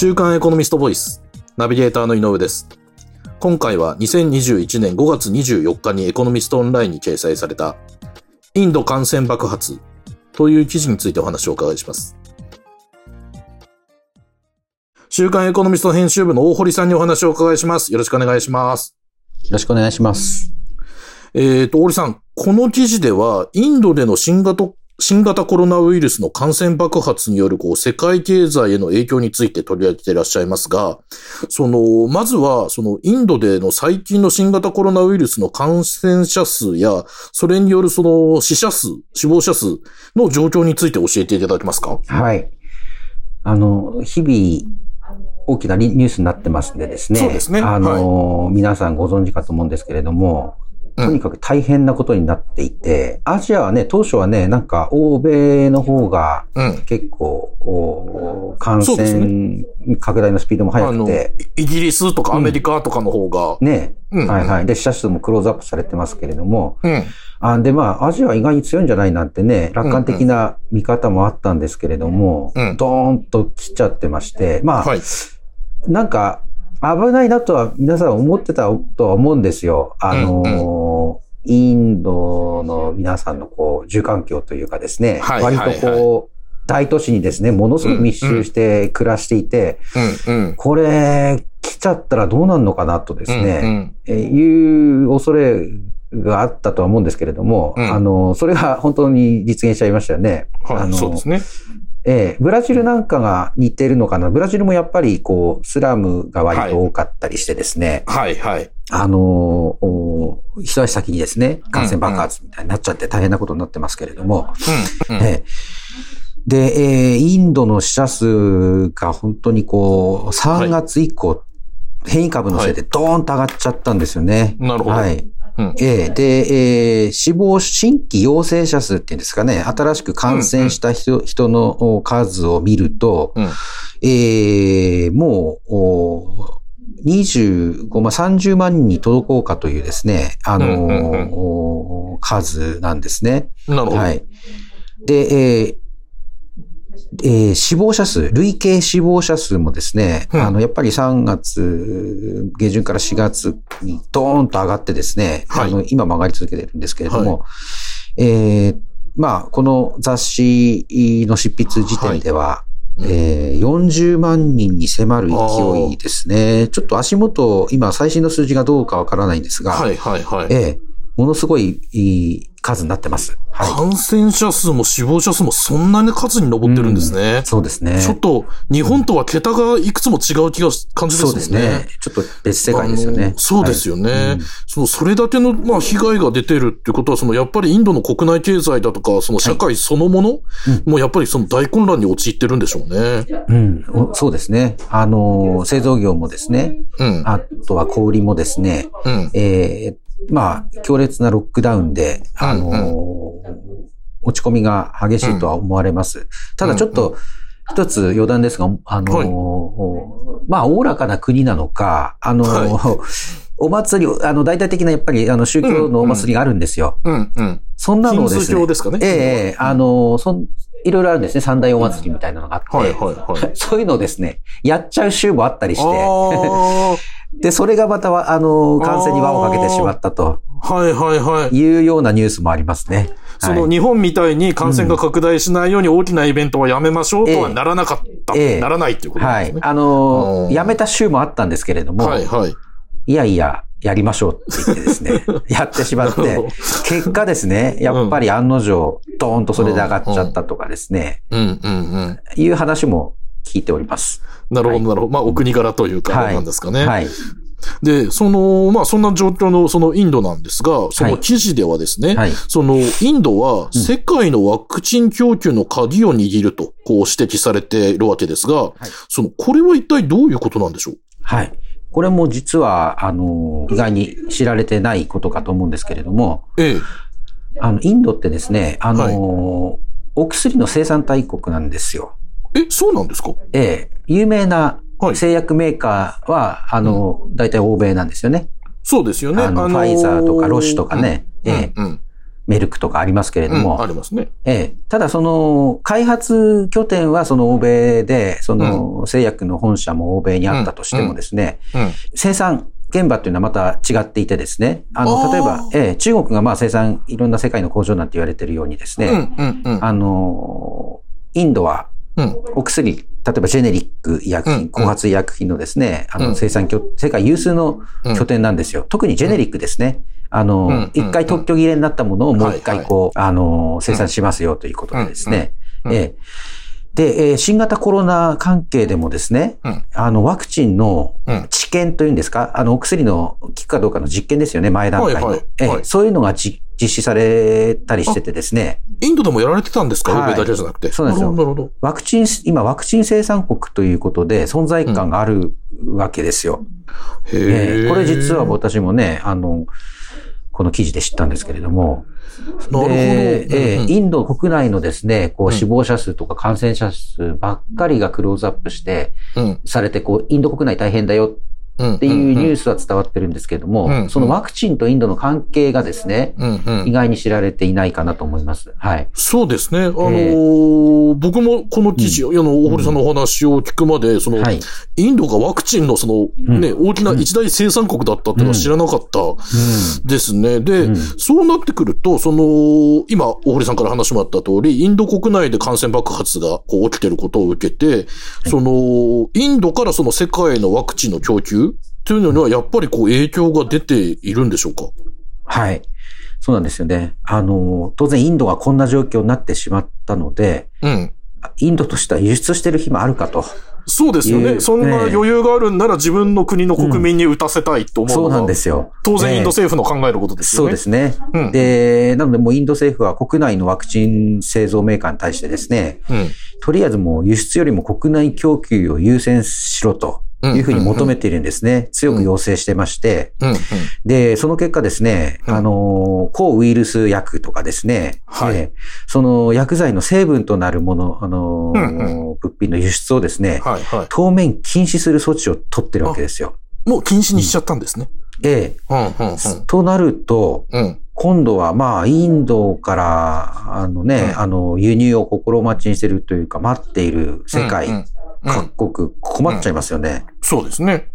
週刊エコノミストボイスナビゲーターの井上です。今回は2021年5月24日にエコノミストオンラインに掲載されたインド感染爆発という記事についてお話をお伺いします。週刊エコノミスト編集部の大堀さんにお話をお伺いします。よろしくお願いします。 よろしくお願いします。 大堀さん、この記事ではインドでの新型コロナウイルスの感染爆発による世界経済への影響について取り上げていらっしゃいますが、まずはインドでの最近の新型コロナウイルスの感染者数や、それによる死亡者数の状況について教えていただけますか？ はい。日々大きなニュースになってますんでですね。 そうですね。 皆さんご存知かと思うんですけれども、とにかく大変なことになっていて、アジアはね、当初はね、なんか欧米の方が結構、感染拡大のスピードも速くて、 イギリスとかアメリカとかの方が、 ね、はいはい。で、死者数もクローズアップされてますけれども、で、アジアは意外に強いんじゃないなんてね、楽観的な見方もあったんですけれども、ドーンと来ちゃってまして、なんか、危ないなとは皆さん思ってたとは思うんですよ。インドの皆さんの住環境というかですね、割と大都市にですね、ものすごく密集して暮らしていて、これ来ちゃったらどうなるのかなとですね、いう恐れがあったとは思うんですけれども、それが本当に実現しちゃいましたよね。 そうですね。 ブラジルなんかが似てるのかな。ブラジルもやっぱりスラムが割と多かったりしてですね。一足先にですね、感染爆発みたいになっちゃって大変なことになってますけれども。で、インドの死者数が本当に3月以降、変異株のせいでドーンと上がっちゃったんですよね。 なるほど。 で、新規陽性者数っていうんですかね、新しく感染した人の数を見ると、もう、30万人に届こうかというですね、数なんですね。 なるほど。 はい。で、死亡者数、累計死亡者数もですね、やっぱり3月下旬から4月にドーンと上がってですね、今も上がり続けてるんですけれども、この雑誌の執筆時点では、40万人に迫る勢いですね。ちょっと足元、今最新の数字がどうかわからないんですが、ものすごい数になってます。 感染者数も死亡者数もそんなに数に上ってるんですね。 そうですね。 ちょっと日本とは桁がいくつも違う感じですもんね。 そうですね。ちょっと別世界ですよね。 そうですよね。それだけの被害が出てるってことは、やっぱりインドの国内経済だとか、社会そのものもやっぱり大混乱に陥ってるんでしょうね。 そうですね。製造業もですね。あとは小売りもですね。強烈なロックダウンで、落ち込みが激しいとは思われます。ただちょっと、一つ余談ですが、おおらかな国なのか、お祭り、大々的なやっぱり、宗教のお祭りがあるんですよ。そんなのをですね。ヒンズー教ですかね。いろいろあるんですね。三大お祭りみたいなのがあって。そういうのをですね、やっちゃう州もあったりして。で、それがまた、感染に輪をかけてしまったと。いうようなニュースもありますね。 日本みたいに感染が拡大しないように大きなイベントはやめましょうとはならなかった。ならないっていうことですね。 やめた州もあったんですけれども。いやいや、やりましょうって言ってですね、やってしまって、結果ですね、やっぱり案の定、ドーンとそれで上がっちゃったとかですね、いう話も聞いております。 なるほど、なるほど。お国柄というか、なんですかね。で、そんな状況のインドなんですが、その記事ではですね、インドは世界のワクチン供給の鍵を握ると、指摘されているわけですが、これは一体どういうことなんでしょう？ これも実は、意外に知られてないことかと思うんですけれども、インドってですね、お薬の生産大国なんですよ。 そうなんですか？ 有名な製薬メーカーは、大体欧米なんですよね。 そうですよね。 ファイザーとかロッシュとかね。 メルクとかありますけれども。 ありますね。 ただ開発拠点は欧米で、製薬の本社も欧米にあったとしてもですね、生産現場っていうのはまた違っていてですね、例えば、中国が生産、いろんな世界の工場なんて言われているようにですね、インドは、お薬、例えばジェネリック医薬品、後発医薬品のですね、生産世界有数の拠点なんですよ。特にジェネリックですね。一回特許切れになったものをもう一回生産しますよということでですね。で、新型コロナ関係でもですね、ワクチンの治験というんですか、お薬の効くかどうかの実験ですよね、前段階の。そういうのが実施されたりしててですね。 インドでもやられてたんですか？欧米だけじゃなくて。 そうなんですよ。なるほど。今ワクチン生産国ということで存在感があるわけですよ。これ実は私もね、この記事で知ったんですけれども。 なるほど。 インド国内のですね、死亡者数とか感染者数ばっかりがクローズアップして、されて、インド国内大変だよっていうニュースは伝わってるんですけれども、そのワクチンとインドの関係がですね、意外に知られていないかなと思います。はい。 そうですね。僕もこの記事、大堀さんのお話を聞くまで、インドがワクチンの大きな一大生産国だったっていうのは知らなかったですね。で、そうなってくると、今、大堀さんから話もあった通り、インド国内で感染爆発が起きてることを受けて、インドから世界のワクチンの供給というのにはやっぱり影響が出ているんでしょうか？ はい。そうなんですよね。当然インドがこんな状況になってしまったので、インドとしては輸出してる暇あるかと。 そうですよね。そんな余裕があるんなら自分の国の国民に打たせたいと思うのが、 そうなんですよ。 当然インド政府の考えることですよね。 そうですね。で、なのでもうインド政府は国内のワクチン製造メーカーに対してですね、とりあえずもう輸出よりも国内供給を優先しろと。いうふうに求めているんですね。強く要請してまして。で、その結果ですね、抗ウイルス薬とかですね、その薬剤の成分となるもの、物品の輸出をですね、当面禁止する措置を取ってるわけですよ。 もう禁止にしちゃったんですね。 となると、今度はインドから輸入を心待ちにしているというか待っている世界、各国困っちゃいますよね。 そうですね。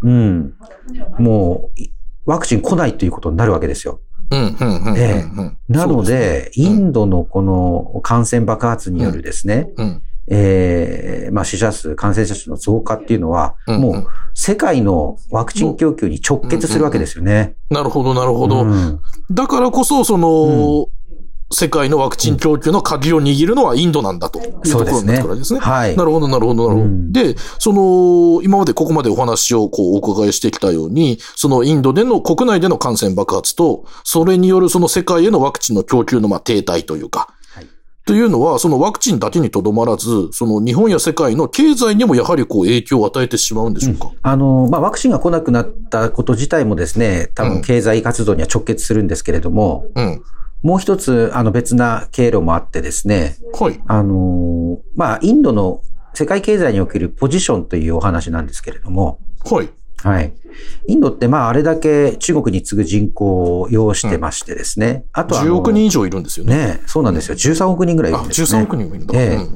もう、ワクチン来ないということになるわけですよ。なので、インドのこの感染爆発によるですね、死者数、感染者数の増加っていうのは、もう世界のワクチン供給に直結するわけですよね。 なるほど、なるほど。だからこそ、世界のワクチン供給の鍵を握るのはインドなんだというところになってくるわけですね。はい。なるほど、なるほど、なるほど。で、今までここまでお話をお伺いしてきたように、インドでの国内での感染爆発と、それによる世界へのワクチンの供給の停滞というか、というのは、ワクチンだけにとどまらず、日本や世界の経済にもやはり影響を与えてしまうんでしょうか？ ワクチンが来なくなったこと自体もですね、多分経済活動には直結するんですけれども、もう一つ、別な経路もあってですね。インドの世界経済におけるポジションというお話なんですけれども。インドってあれだけ中国に次ぐ人口を要してましてですね。あとは 10億人以上いるんですよね。 そうなんですよ。13億人ぐらいいるんですね。 13億人もいるんだ。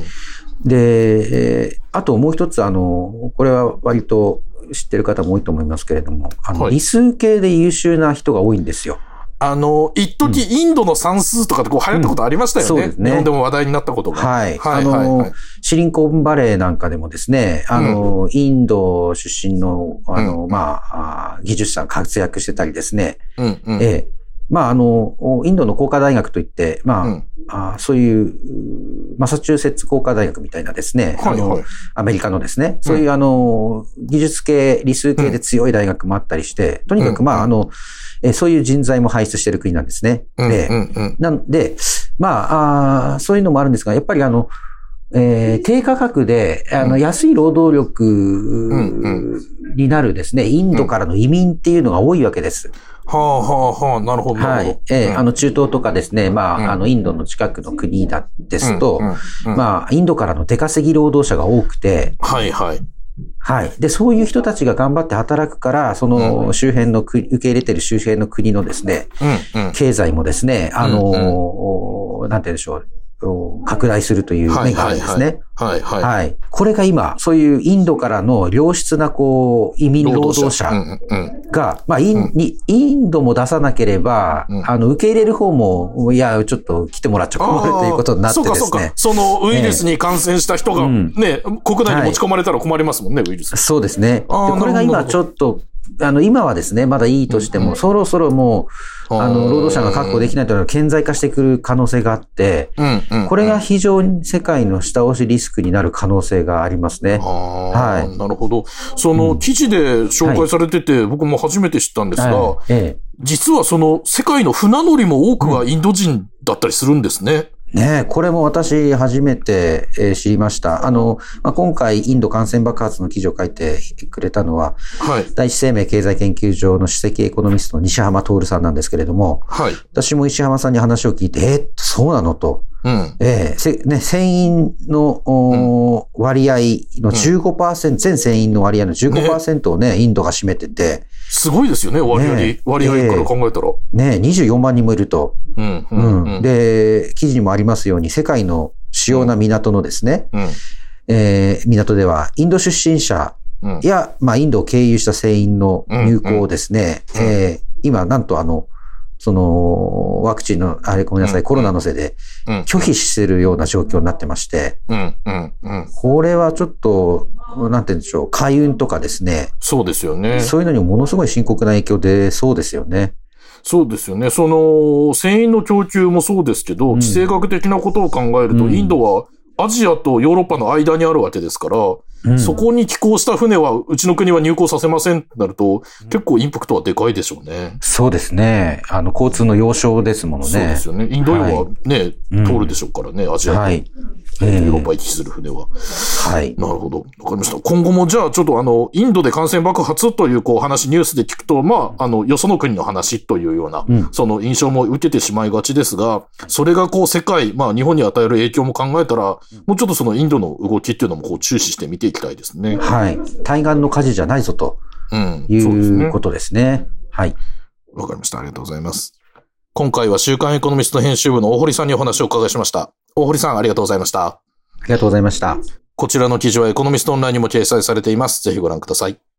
で、あともう一つ、これは割と知ってる方も多いと思いますけれども、理数系で優秀な人が多いんですよ。 一時インドの算数とかで流行ったことありましたよね。そうですね。日本でも話題になったことが。 シリコンバレーなんかでもですね、インド出身の、技術者が活躍してたりですね。インドの工科大学といって、そういう、マサチューセッツ工科大学みたいなですね、アメリカのですね、そういう技術系、理数系で強い大学もあったりして、とにかくそういう人材も輩出している国なんですね。なんで、そういうのもあるんですが、やっぱり低価格で、安い労働力になるですね、インドからの移民っていうのが多いわけです。 なるほど。 はい。中東とかですね、インドの近くの国ですと、インドからの出稼ぎ労働者が多くて、 はい。で、そういう人たちが頑張って働くから、その周辺の受け入れてる周辺の国のですね、経済もですね、なんて言うんでしょう。拡大するという面があるんですね。 はい。 はい。これが今、そういうインドからの良質な移民労働者が、まあインドも出さなければ、受け入れる方も、いや、ちょっと来てもらっちゃ困るということになってですね。 そうか。そのウイルスに感染した人がね、国内に持ち込まれたら困りますもんね、ウイルス。 そうですね。でこれが今ちょっと、今はですね、まだいいとしても、そろそろもう、労働者が確保できないというのは顕在化してくる可能性があって、これが非常に世界の下押しリスクになる可能性がありますね。 はい。なるほど。その記事で紹介されてて、僕も初めて知ったんですが、実はその世界の船乗りも多くはインド人だったりするんですね。 ねえ、これも私初めて知りました。今回インド感染爆発の記事を書いてくれたのは、第一生命経済研究所の首席エコノミストの西浜徹さんなんですけれども、私も西浜さんに話を聞いて、そうなのと。船員の割合の 15%、全船員の割合の 15% をね、インドが占めてて。 すごいですよね、割合から考えたら。 ね、24万人もいると。で、記事にもありますように、世界の主要な港のですね、港では、インド出身者や、まあ、インドを経由した船員の入港をですね、今、なんとその、ワクチンの、ごめんなさい、コロナのせいで、拒否しているような状況になってまして、これはちょっと、なんて言うんでしょう、海運とかですね。 そうですよね。 そういうのにものすごい深刻な影響で、そうですよね。 そうですよね。その、船員の供給もそうですけど、地政学的なことを考えると、インドはアジアとヨーロッパの間にあるわけですから、そこに寄港した船は、うちの国は入港させませんってなると、結構インパクトはでかいでしょうね。 そうですね。交通の要衝ですものね。そうですよね。インド洋はね、通るでしょうからね、アジアとヨーロッパ行き来する船は。 はい。 なるほど。わかりました。今後もじゃあちょっとインドで感染爆発という話ニュースで聞くと、まあ、よその国の話というような、その印象も受けてしまいがちですが、それが世界、まあ日本に与える影響も考えたら、もうちょっとそのインドの動きっていうのも注視して見ていきたいですね。 はい。対岸の火事じゃないぞと。いうことですね。はい。 わかりました。ありがとうございます。今回は週刊エコノミスト編集部の大堀さんにお話をお伺いしました。大堀さん、ありがとうございました。 ありがとうございました。 こちらの記事はエコノミストオンラインにも掲載されています。ぜひご覧ください。